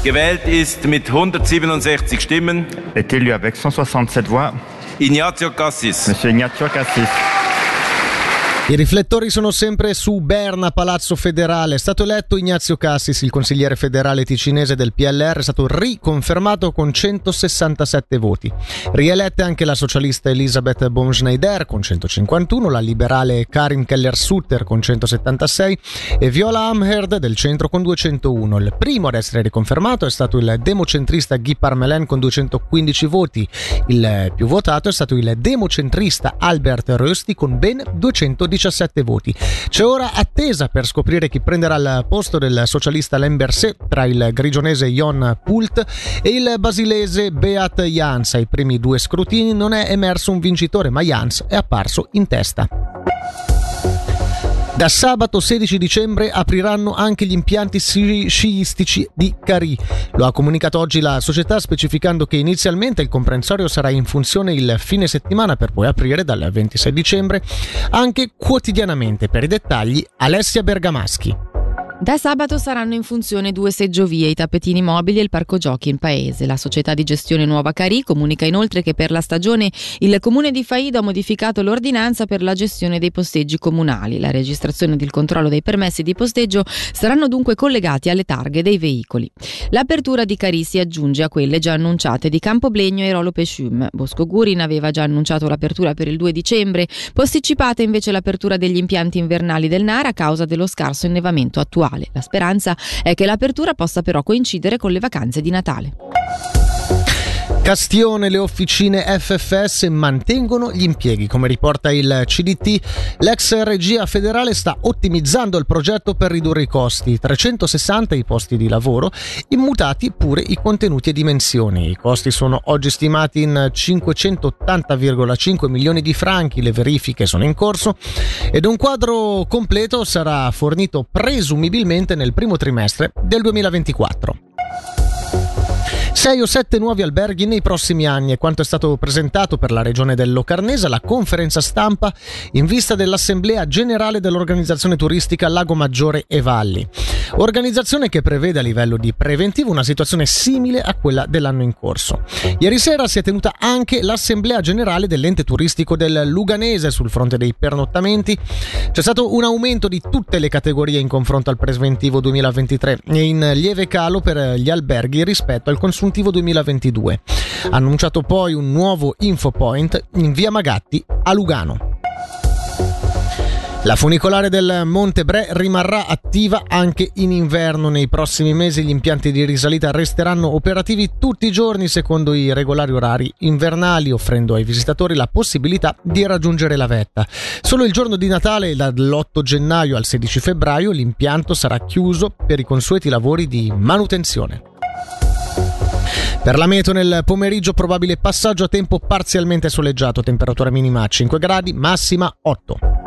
Gewählt ist mit 167 Stimmen. Est élu avec 167 voix. Ignazio Cassis. Monsieur Ignazio Cassis. I riflettori sono sempre su Berna, Palazzo Federale. È stato eletto Ignazio Cassis, il consigliere federale ticinese del PLR, è stato riconfermato con 167 voti. Rielette anche la socialista Elisabeth Baumschneider con 151, la liberale Karin Keller-Sutter con 176 e Viola Amherd del centro con 201. Il primo ad essere riconfermato è stato il democentrista Guy Parmelin con 215 voti. Il più votato è stato il democentrista Albert Rösti con ben 217 voti. C'è ora attesa per scoprire chi prenderà il posto del socialista Alain Berset tra il grigionese Jon Pult e il basilese Beat Jans. Ai primi due scrutini non è emerso un vincitore, ma Jans è apparso in testa. Da sabato 16 dicembre apriranno anche gli impianti sciistici di Carì. Lo ha comunicato oggi la società, specificando che inizialmente il comprensorio sarà in funzione il fine settimana per poi aprire dal 26 dicembre anche quotidianamente. Per i dettagli Alessia Bergamaschi. Da sabato saranno in funzione 2 seggiovie, i tappetini mobili e il parco giochi in paese. La società di gestione Nuova Carì comunica inoltre che per la stagione il comune di Faido ha modificato l'ordinanza per la gestione dei posteggi comunali. La registrazione ed il controllo dei permessi di posteggio saranno dunque collegati alle targhe dei veicoli. L'apertura di Carì si aggiunge a quelle già annunciate di Campoblegno e Rolo Pescium. Bosco Gurin aveva già annunciato l'apertura per il 2 dicembre, posticipata invece l'apertura degli impianti invernali del Nara a causa dello scarso innevamento attuale. La speranza è che l'apertura possa però coincidere con le vacanze di Natale. Castione, le officine FFS mantengono gli impieghi. Come riporta il CDT, l'ex regia federale sta ottimizzando il progetto per ridurre i costi. 360 i posti di lavoro, immutati pure i contenuti e dimensioni. I costi sono oggi stimati in 580,5 milioni di franchi, le verifiche sono in corso ed un quadro completo sarà fornito presumibilmente nel primo trimestre del 2024. 6 o 7 nuovi alberghi nei prossimi anni è quanto è stato presentato per la regione del Locarnese alla conferenza stampa in vista dell'assemblea generale dell'organizzazione turistica Lago Maggiore e Valli. Organizzazione che prevede a livello di preventivo una situazione simile a quella dell'anno in corso. Ieri sera si è tenuta anche l'assemblea generale dell'ente turistico del Luganese sul fronte dei pernottamenti. C'è stato un aumento di tutte le categorie in confronto al preventivo 2023 e in lieve calo per gli alberghi rispetto al consuntivo 2022. Ha annunciato poi un nuovo infopoint in via Magatti a Lugano. La funicolare del Monte Bre rimarrà attiva anche in inverno. Nei prossimi mesi gli impianti di risalita resteranno operativi tutti i giorni secondo i regolari orari invernali, offrendo ai visitatori la possibilità di raggiungere la vetta. Solo il giorno di Natale, dall'8 gennaio al 16 febbraio, l'impianto sarà chiuso per i consueti lavori di manutenzione. Per la meteo nel pomeriggio probabile passaggio a tempo parzialmente soleggiato, temperatura minima 5 gradi, massima 8.